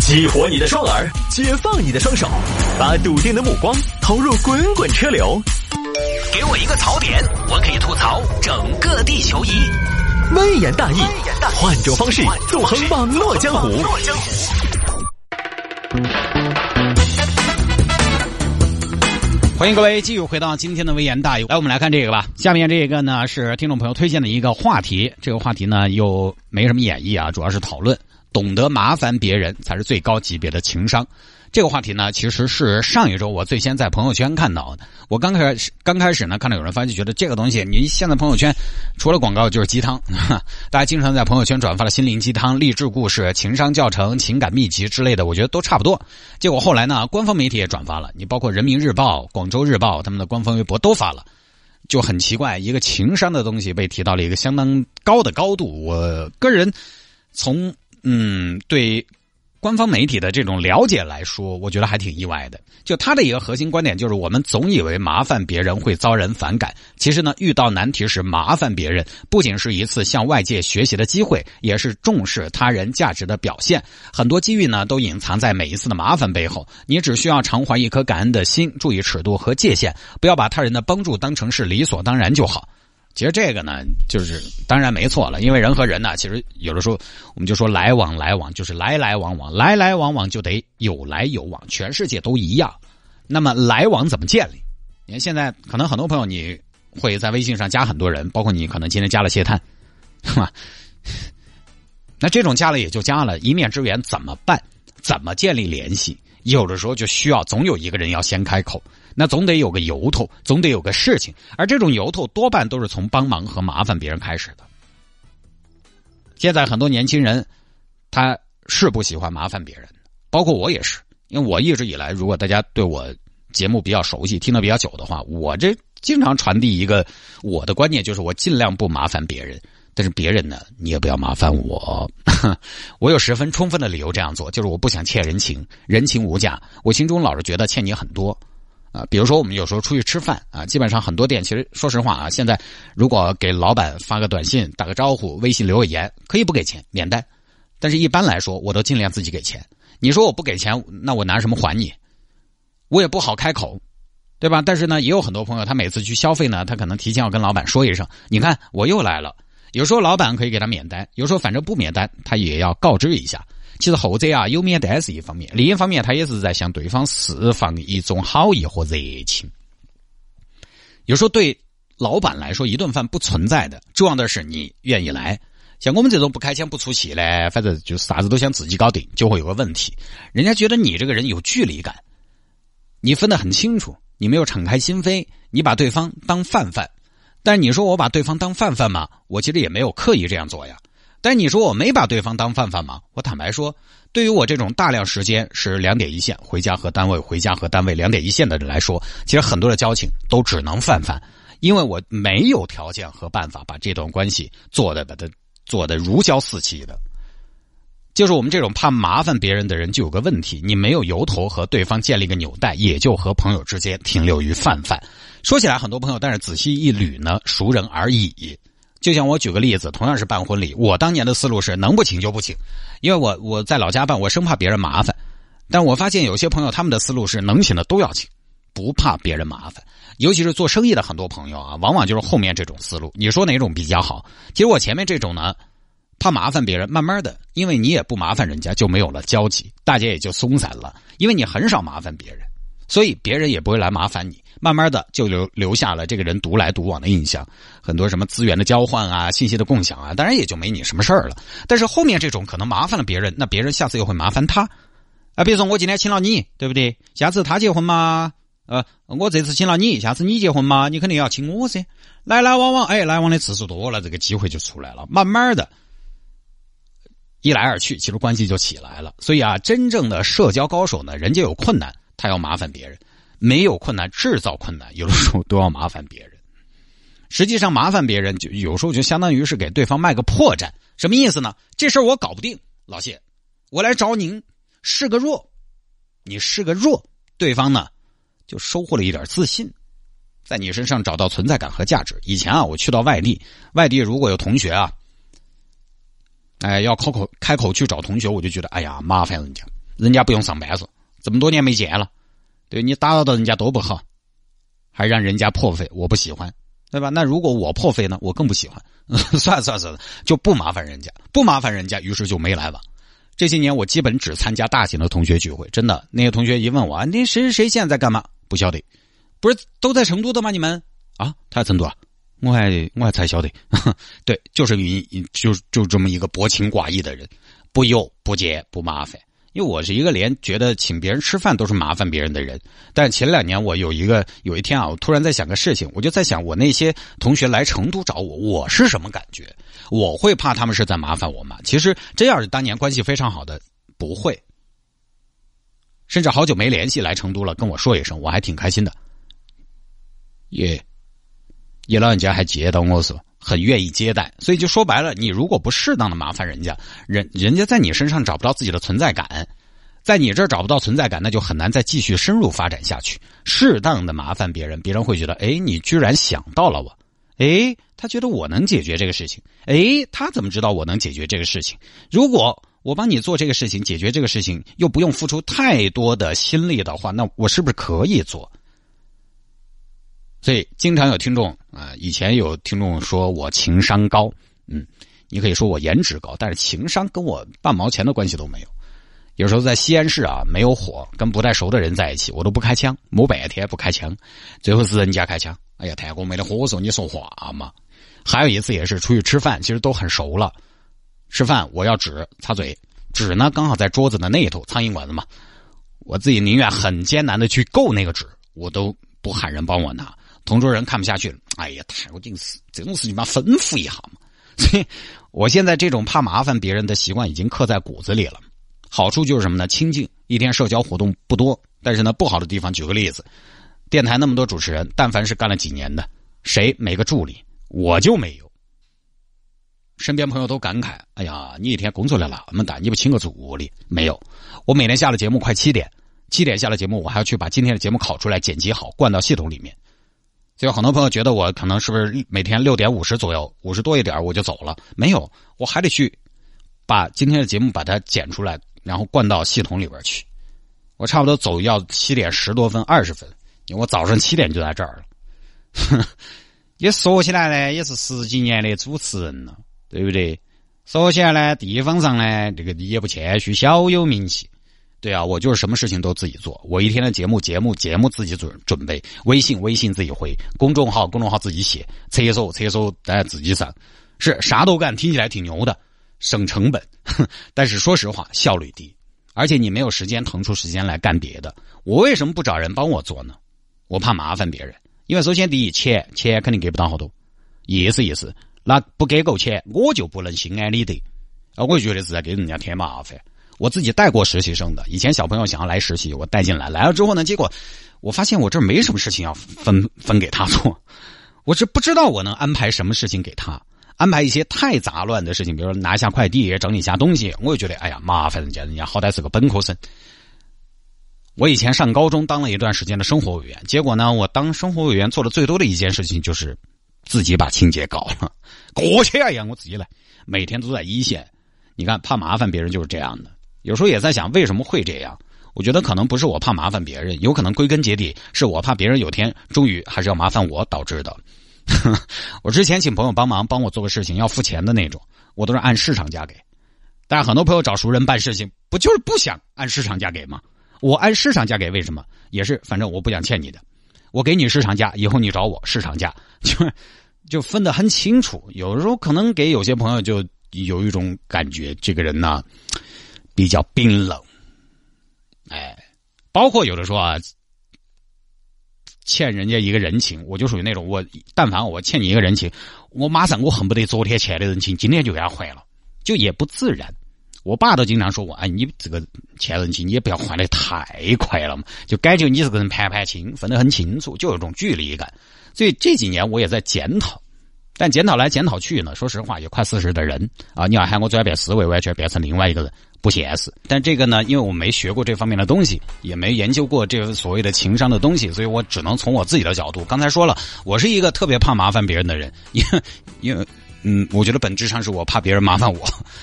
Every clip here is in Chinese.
激活你的双耳，解放你的双手，把笃定的目光投入滚滚车流。 给我一个槽点，我可以吐槽整个地球仪。 微言大义，换种方式纵横网络江湖。 欢迎各位继续回到今天的微言大义。来，我们来看这个吧。下面这个呢是听众朋友推荐的一个话题，这个话题呢又没什么演绎啊，主要是讨论懂得麻烦别人才是最高级别的情商。这个话题呢其实是上一周我最先在朋友圈看到的。我刚开始呢看到有人发就觉得这个东西你现在朋友圈除了广告就是鸡汤，大家经常在朋友圈转发了心灵鸡汤、励志故事、情商教程、情感秘籍之类的，我觉得都差不多。结果后来呢官方媒体也转发了，你包括人民日报、广州日报他们的官方微博都发了，就很奇怪，一个情商的东西被提到了一个相当高的高度。我个人从对官方媒体的这种了解来说，我觉得还挺意外的。就他的一个核心观点就是，我们总以为麻烦别人会遭人反感，其实呢，遇到难题时麻烦别人，不仅是一次向外界学习的机会，也是重视他人价值的表现。很多机遇呢，都隐藏在每一次的麻烦背后。你只需要常怀一颗感恩的心，注意尺度和界限，不要把他人的帮助当成是理所当然就好。其实这个呢，就是当然没错了，因为人和人呢，其实有的时候我们就说来往，就是来来往往，来来往往就得有来有往，全世界都一样。那么来往怎么建立？你看现在可能很多朋友你会在微信上加很多人，包括你可能今天加了谢探，那这种加了也就加了，一面之缘怎么办？怎么建立联系？有的时候就需要总有一个人要先开口，那总得有个由头，总得有个事情，而这种由头多半都是从帮忙和麻烦别人开始的。现在很多年轻人他是不喜欢麻烦别人，包括我也是，因为我一直以来，如果大家对我节目比较熟悉，听得比较久的话，我这经常传递一个我的观念，就是我尽量不麻烦别人，但是别人呢，你也不要麻烦我。我有十分充分的理由这样做，就是我不想欠人情，人情无价，我心中老是觉得欠你很多比如说我们有时候出去吃饭基本上很多店其实说实话现在如果给老板发个短信打个招呼，微信留个言，可以不给钱免单，但是一般来说我都尽量自己给钱。你说我不给钱，那我拿什么还你？我也不好开口，对吧？但是呢也有很多朋友他每次去消费呢，他可能提前要跟老板说一声，你看我又来了。有时候老板可以给他免单，有时候反正不免单他也要告知一下。其实后者有免单是一方面，另一方面他也是在向对方释放一种好意和热情。有时候对老板来说一顿饭不存在的，重要的是你愿意来。像我们这种不开腔不出气呢，反正就啥子都想自己搞定，就会有个问题，人家觉得你这个人有距离感，你分得很清楚，你没有敞开心扉，你把对方当泛泛。但你说我把对方当泛泛吗？我其实也没有刻意这样做呀。但你说我没把对方当泛泛吗？我坦白说，对于我这种大量时间是2点一线，回家和单位2点一线的人来说，其实很多的交情都只能泛泛，因为我没有条件和办法把这段关系做的如胶似漆的。就是我们这种怕麻烦别人的人就有个问题，你没有由头和对方建立一个纽带，也就和朋友之间停留于泛泛。说起来很多朋友，但是仔细一捋呢，熟人而已。就像我举个例子，同样是办婚礼，我当年的思路是能不请就不请，因为我在老家办，我生怕别人麻烦。但我发现有些朋友他们的思路是能请的都要请，不怕别人麻烦。尤其是做生意的很多朋友往往就是后面这种思路。你说哪种比较好？其实我前面这种呢，怕麻烦别人，慢慢的，因为你也不麻烦人家，就没有了交集，大家也就松散了，因为你很少麻烦别人，所以别人也不会来麻烦你，慢慢的就留下了这个人独来独往的印象。很多什么资源的交换信息的共享当然也就没你什么事儿了。但是后面这种可能麻烦了别人，那别人下次又会麻烦他比如说我今天请了你，对不对？下次他结婚吗？我这次请了你，下次你结婚吗？你肯定要请我噻。来来往往来往的次数多了，这个机会就出来了，慢慢的一来二去，其实关系就起来了。所以真正的社交高手呢，人家有困难他要麻烦别人，没有困难制造困难，有的时候都要麻烦别人。实际上麻烦别人就有时候就相当于是给对方卖个破绽。什么意思呢？这事儿我搞不定，老谢我来找您示个弱，你示个弱，对方呢就收获了一点自信，在你身上找到存在感和价值。以前我去到外地如果有同学要开口去找同学，我就觉得哎呀麻烦人家， 人家不用上班了，这么多年没见了，对你打扰到人家多不好，还让人家破费，我不喜欢，对吧？那如果我破费呢，我更不喜欢。算了，就不麻烦人家，于是就没来往。这些年我基本只参加大型的同学聚会，真的，那些同学一问我，你谁现在在干嘛？不晓得，不是都在成都的吗？你们啊，他在成都啊，我还才晓得。对，就是就这么一个薄情寡义的人，不忧不结不麻烦。因为我是一个连觉得请别人吃饭都是麻烦别人的人，但前2年我有一天啊，我突然在想个事情，我就在想我那些同学来成都找我是什么感觉？我会怕他们是在麻烦我吗？其实真要是当年关系非常好的，不会，甚至好久没联系来成都了，跟我说一声，我还挺开心的。也老人家还接到我说很愿意接待，所以就说白了，你如果不适当的麻烦人家，人家在你身上找不到自己的存在感，在你这儿找不到存在感，那就很难再继续深入发展下去。适当的麻烦别人，别人会觉得，哎，你居然想到了我，哎，他觉得我能解决这个事情，哎，他怎么知道我能解决这个事情？如果我帮你做这个事情，解决这个事情，又不用付出太多的心力的话，那我是不是可以做？所以经常有听众以前有听众说我情商高，你可以说我颜值高，但是情商跟我半毛钱的关系都没有。有时候在西安市没有火，跟不太熟的人在一起，我都不开枪，摸半天不开枪，最后是人家开枪。哎呀，太公没得火的时候你说话嘛。还有一次也是出去吃饭，其实都很熟了，吃饭我要纸擦嘴，纸呢刚好在桌子的那一头，苍蝇馆子嘛，我自己宁愿很艰难的去够那个纸，我都不喊人帮我拿。同桌人看不下去了，哎呀，太过劲死，这种事情嘛，吩咐一下嘛。所以我现在这种怕麻烦别人的习惯已经刻在骨子里了。好处就是什么呢？清静，一天社交活动不多，但是呢，不好的地方，举个例子，电台那么多主持人，但凡是干了几年的，谁没个助理？我就没有。身边朋友都感慨，哎呀，你一天工作量那么大，你不请个助理？没有，我每天下了节目快7点下了节目，我还要去把今天的节目拷出来，剪辑好，灌到系统里面。所以很多朋友觉得我可能是不是每天6点50左右，50多一点我就走了？没有，我还得去把今天的节目把它剪出来，然后灌到系统里边去。我差不多走要7点10多分20分，因为我早上7点就在这儿了。也说起来呢，也是10几年的主持人了，对不对？说起来呢，地方上呢，这个也不谦虚，小有名气。对啊，我就是什么事情都自己做，我一天的节目自己准备，微信自己回，公众号自己写，厕所大家自己上，是啥都干，听起来挺牛的，省成本，但是说实话效率低，而且你没有时间腾出时间来干别的。我为什么不找人帮我做呢？我怕麻烦别人，因为首先第一，钱肯定给不到好多，意思，那不给够钱，我就不能心安理得，我就觉得是在给人家添麻烦。我自己带过实习生的，以前小朋友想要来实习，我带进来了之后呢，结果我发现我这没什么事情要分给他做，我是不知道我能安排什么事情给他，安排一些太杂乱的事情，比如说拿一下快递，整理一下东西，我就觉得哎呀麻烦人家好歹是个本科生。我以前上高中当了一段时间的生活委员，结果呢，我当生活委员做的最多的一件事情就是自己把清洁搞了，过去呀，我自己来，每天都在一线。你看，怕麻烦别人就是这样的。有时候也在想为什么会这样，我觉得可能不是我怕麻烦别人，有可能归根结底是我怕别人有天终于还是要麻烦我导致的。我之前请朋友帮忙帮我做个事情要付钱的那种，我都是按市场价给。但是很多朋友找熟人办事情不就是不想按市场价给吗？我按市场价给为什么？也是反正我不想欠你的，我给你市场价，以后你找我市场价，就分得很清楚。有时候可能给有些朋友就有一种感觉，这个人呢比较冰冷，包括有的时候欠人家一个人情，我就属于那种，但凡我欠你一个人情，我马上我恨不得昨天欠的人情今天就给他还了，就也不自然。我爸都经常说我，你这个欠人情你也不要还得太快了嘛，就感觉你这个人盘清，分得很清楚，就有种距离感。所以这几年我也在检讨。但检讨来检讨去呢，说实话也快40的人你要喊我转变思维完全变成另外一个人，不现实。但这个呢，因为我没学过这方面的东西，也没研究过这个所谓的情商的东西，所以我只能从我自己的角度。刚才说了，我是一个特别怕麻烦别人的人，因为我觉得本质上是我怕别人麻烦我。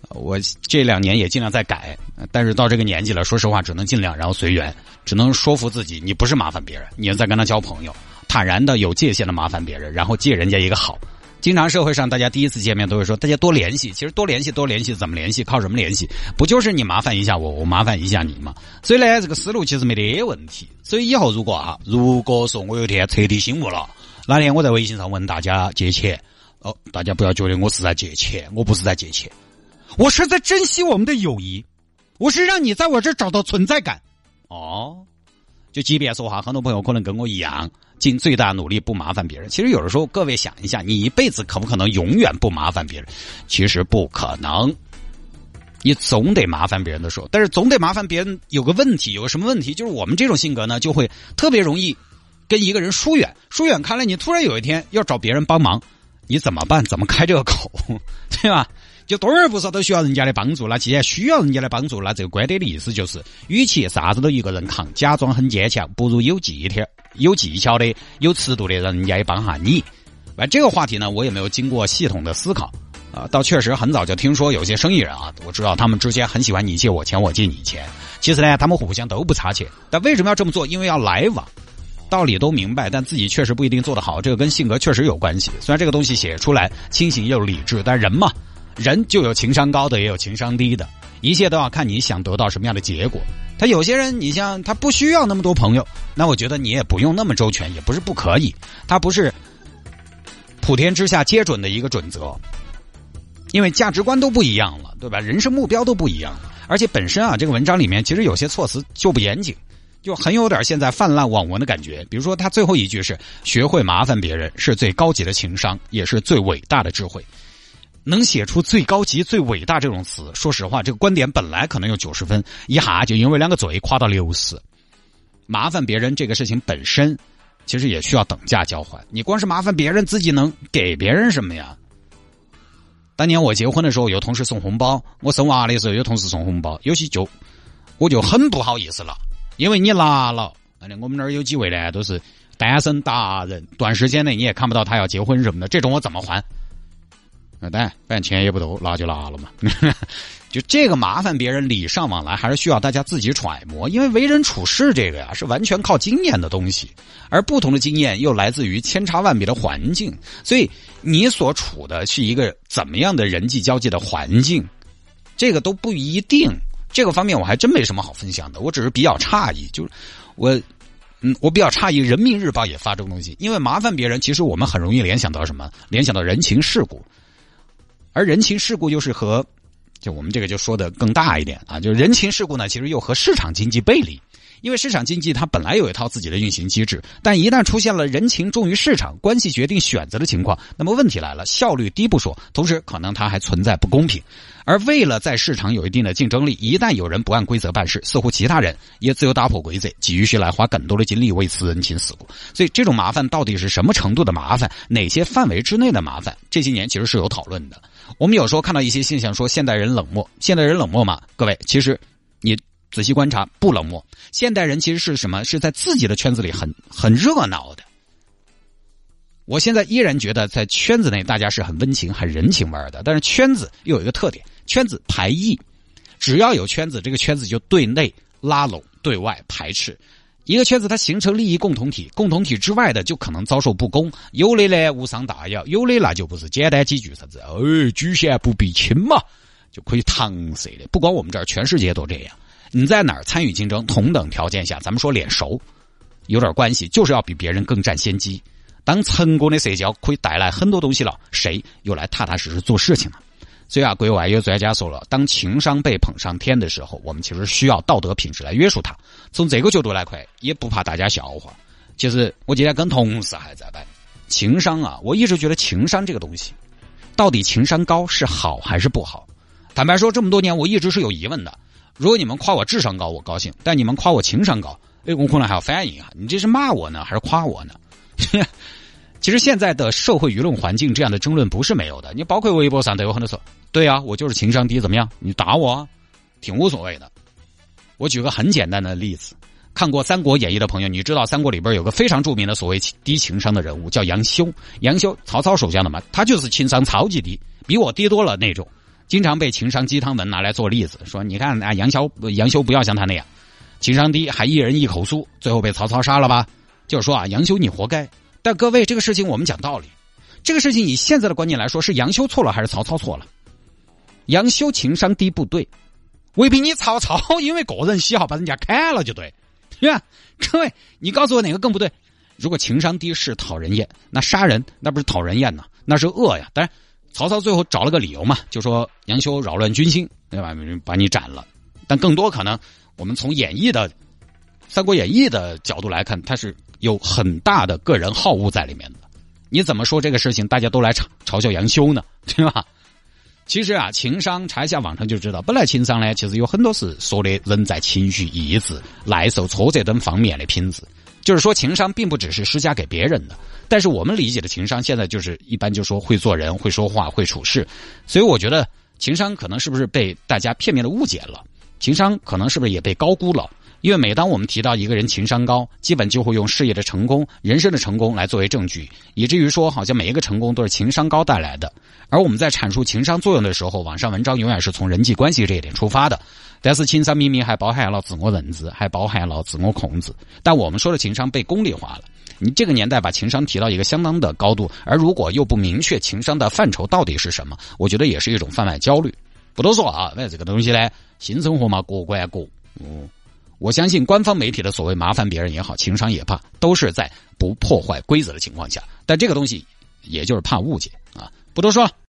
我这2年也尽量在改，但是到这个年纪了，说实话只能尽量然后随缘，只能说服自己你不是麻烦别人，你在跟他交朋友，坦然的有界限的麻烦别人，然后借人家一个好。经常社会上大家第一次见面都会说大家多联系，其实多联系怎么联系，靠什么联系？不就是你麻烦一下我，我麻烦一下你吗？所以呢，这个思路其实没得问题。所以以后如果说我有一天彻底醒悟了，那天我在微信上问大家借钱，大家不要觉得我是在借钱，我不是在借钱，我是在珍惜我们的友谊，我是让你在我这找到存在感。就即便说很多朋友可能跟我一样尽最大努力不麻烦别人，其实有的时候各位想一下，你一辈子可不可能永远不麻烦别人？其实不可能，你总得麻烦别人的时候，但是总得麻烦别人有个问题，有个什么问题？就是我们这种性格呢，就会特别容易跟一个人疏远开来，你突然有一天要找别人帮忙，你怎么办？怎么开这个口？对吧？就多而不少都需要人家的帮助，那既然需要人家的帮助，那这个观点的意思就是，与其啥子都一个人扛，假装很坚强，不如有技巧的、有尺度的人家也帮下你。这个话题呢，我也没有经过系统的思考倒确实很早就听说有些生意人我知道他们之间很喜欢你借我钱，我借你钱。其实呢，他们互相都不差钱，但为什么要这么做？因为要来往。道理都明白，但自己确实不一定做得好，这个跟性格确实有关系。虽然这个东西写出来清醒又理智，但人嘛，人就有情商高的，也有情商低的，一切都要看你想得到什么样的结果。他有些人，你像他不需要那么多朋友，那我觉得你也不用那么周全，也不是不可以，他不是普天之下皆准的一个准则，因为价值观都不一样了，对吧？人生目标都不一样了，而且本身这个文章里面其实有些措辞就不严谨，就很有点现在泛滥网文的感觉。比如说他最后一句是学会麻烦别人是最高级的情商，也是最伟大的智慧。能写出最高级最伟大这种词，说实话这个观点本来可能有90分，一下就因为2个嘴夸到60。麻烦别人这个事情本身其实也需要等价交换，你光是麻烦别人，自己能给别人什么呀？当年我结婚的时候有同事送红包，我生娃的时候有同事送红包，有些我就很不好意思了，因为你拿了，我们那儿有几位呢都是单身达人，短时间内你也看不到他要结婚什么的，这种我怎么还？反正钱也不多，拿就拿了嘛。就这个麻烦别人礼尚往来，还是需要大家自己揣摩，因为为人处事这个呀是完全靠经验的东西，而不同的经验又来自于千差万别的环境，所以你所处的是一个怎么样的人际交际的环境，这个都不一定。这个方面我还真没什么好分享的，我只是比较诧异，就是我比较诧异人民日报也发这种东西，因为麻烦别人其实我们很容易联想到什么？联想到人情世故。而人情世故又是就我们这个就说的更大一点就是人情世故呢，其实又和市场经济背离。因为市场经济它本来有一套自己的运行机制，但一旦出现了人情重于市场，关系决定选择的情况，那么问题来了，效率低不说，同时可能它还存在不公平。而为了在市场有一定的竞争力，一旦有人不按规则办事，似乎其他人也自由打破规则，急需来花更多的精力维持人情世故。所以这种麻烦到底是什么程度的麻烦，哪些范围之内的麻烦，这些年其实是有讨论的。我们有时候看到一些现象说现代人冷漠，现代人冷漠嘛，各位其实你仔细观察不冷漠，现代人其实是什么？是在自己的圈子里很热闹的。我现在依然觉得在圈子内大家是很温情很人情味的，但是圈子又有一个特点，圈子排异，只要有圈子，这个圈子就对内拉拢，对外排斥。一个圈子它形成利益共同体，共同体之外的就可能遭受不公，有的呢无伤大雅，有的那就不是简单几句啥子举贤不避亲嘛，就可以搪塞的。不光我们这儿，全世界都这样。你在哪儿参与竞争，同等条件下，咱们说脸熟有点关系，就是要比别人更占先机。当成功的社交可以带来很多东西了，谁又来踏踏实实做事情了？所以国外有专家说了，当情商被捧上天的时候，我们其实需要道德品质来约束它。从这个角度来看，也不怕大家笑话。其实我今天跟同事还在掰情商我一直觉得情商这个东西，到底情商高是好还是不好？坦白说，这么多年我一直是有疑问的。如果你们夸我智商高，我高兴；但你们夸我情商高，我可能还要反应一下，你这是骂我呢，还是夸我呢？其实现在的社会舆论环境，这样的争论不是没有的。你包括微博上都有很多说，对啊，我就是情商低，怎么样？你打我挺无所谓的。我举个很简单的例子，看过《三国演义》的朋友，你知道三国里边有个非常著名的所谓低情商的人物，叫杨修。杨修，曹操手下的嘛，他就是情商超级低，比我低多了那种。 经常被情商鸡汤文拿来做例子，说你看啊，杨修不要像他那样，情商低还一人一口酥，最后被曹操杀了吧？就是说啊，杨修你活该。但各位，这个事情我们讲道理，这个事情以现在的观念来说，是杨修错了还是曹操错了？杨修情商低不对，未必你曹操因为个人喜好把人家砍了就对，对吧？各位，你告诉我哪个更不对？如果情商低是讨人厌，那杀人那不是讨人厌呢，那是恶呀。当然，曹操最后找了个理由嘛，就说杨修扰乱军心，对吧？把你斩了。但更多可能，我们从《三国演义》的角度来看，它是有很大的个人好恶在里面的。你怎么说这个事情，大家都来嘲笑杨修呢？对吧？其实啊，情商查一下网上就知道，本来情商呢，其实有很多是说的人在情绪、意志、耐受挫折等方面的品质。就是说，情商并不只是施加给别人的，但是我们理解的情商，现在就是一般就说会做人、会说话、会处事。所以我觉得情商可能是不是被大家片面的误解了？情商可能是不是也被高估了？因为每当我们提到一个人情商高，基本就会用事业的成功、人生的成功来作为证据，以至于说好像每一个成功都是情商高带来的。而我们在阐述情商作用的时候，网上文章永远是从人际关系这一点出发的。但是情商明明还包含了自我认知，还包含了自我控制。但我们说的情商被功利化了。你这个年代把情商提到一个相当的高度，而如果又不明确情商的范畴到底是什么，我觉得也是一种贩卖焦虑。不多说啊，那这个东西呢，性生活嘛，各管各。我相信官方媒体的所谓麻烦别人也好，情商也罢，都是在不破坏规则的情况下。但这个东西也就是怕误解啊，不多说了。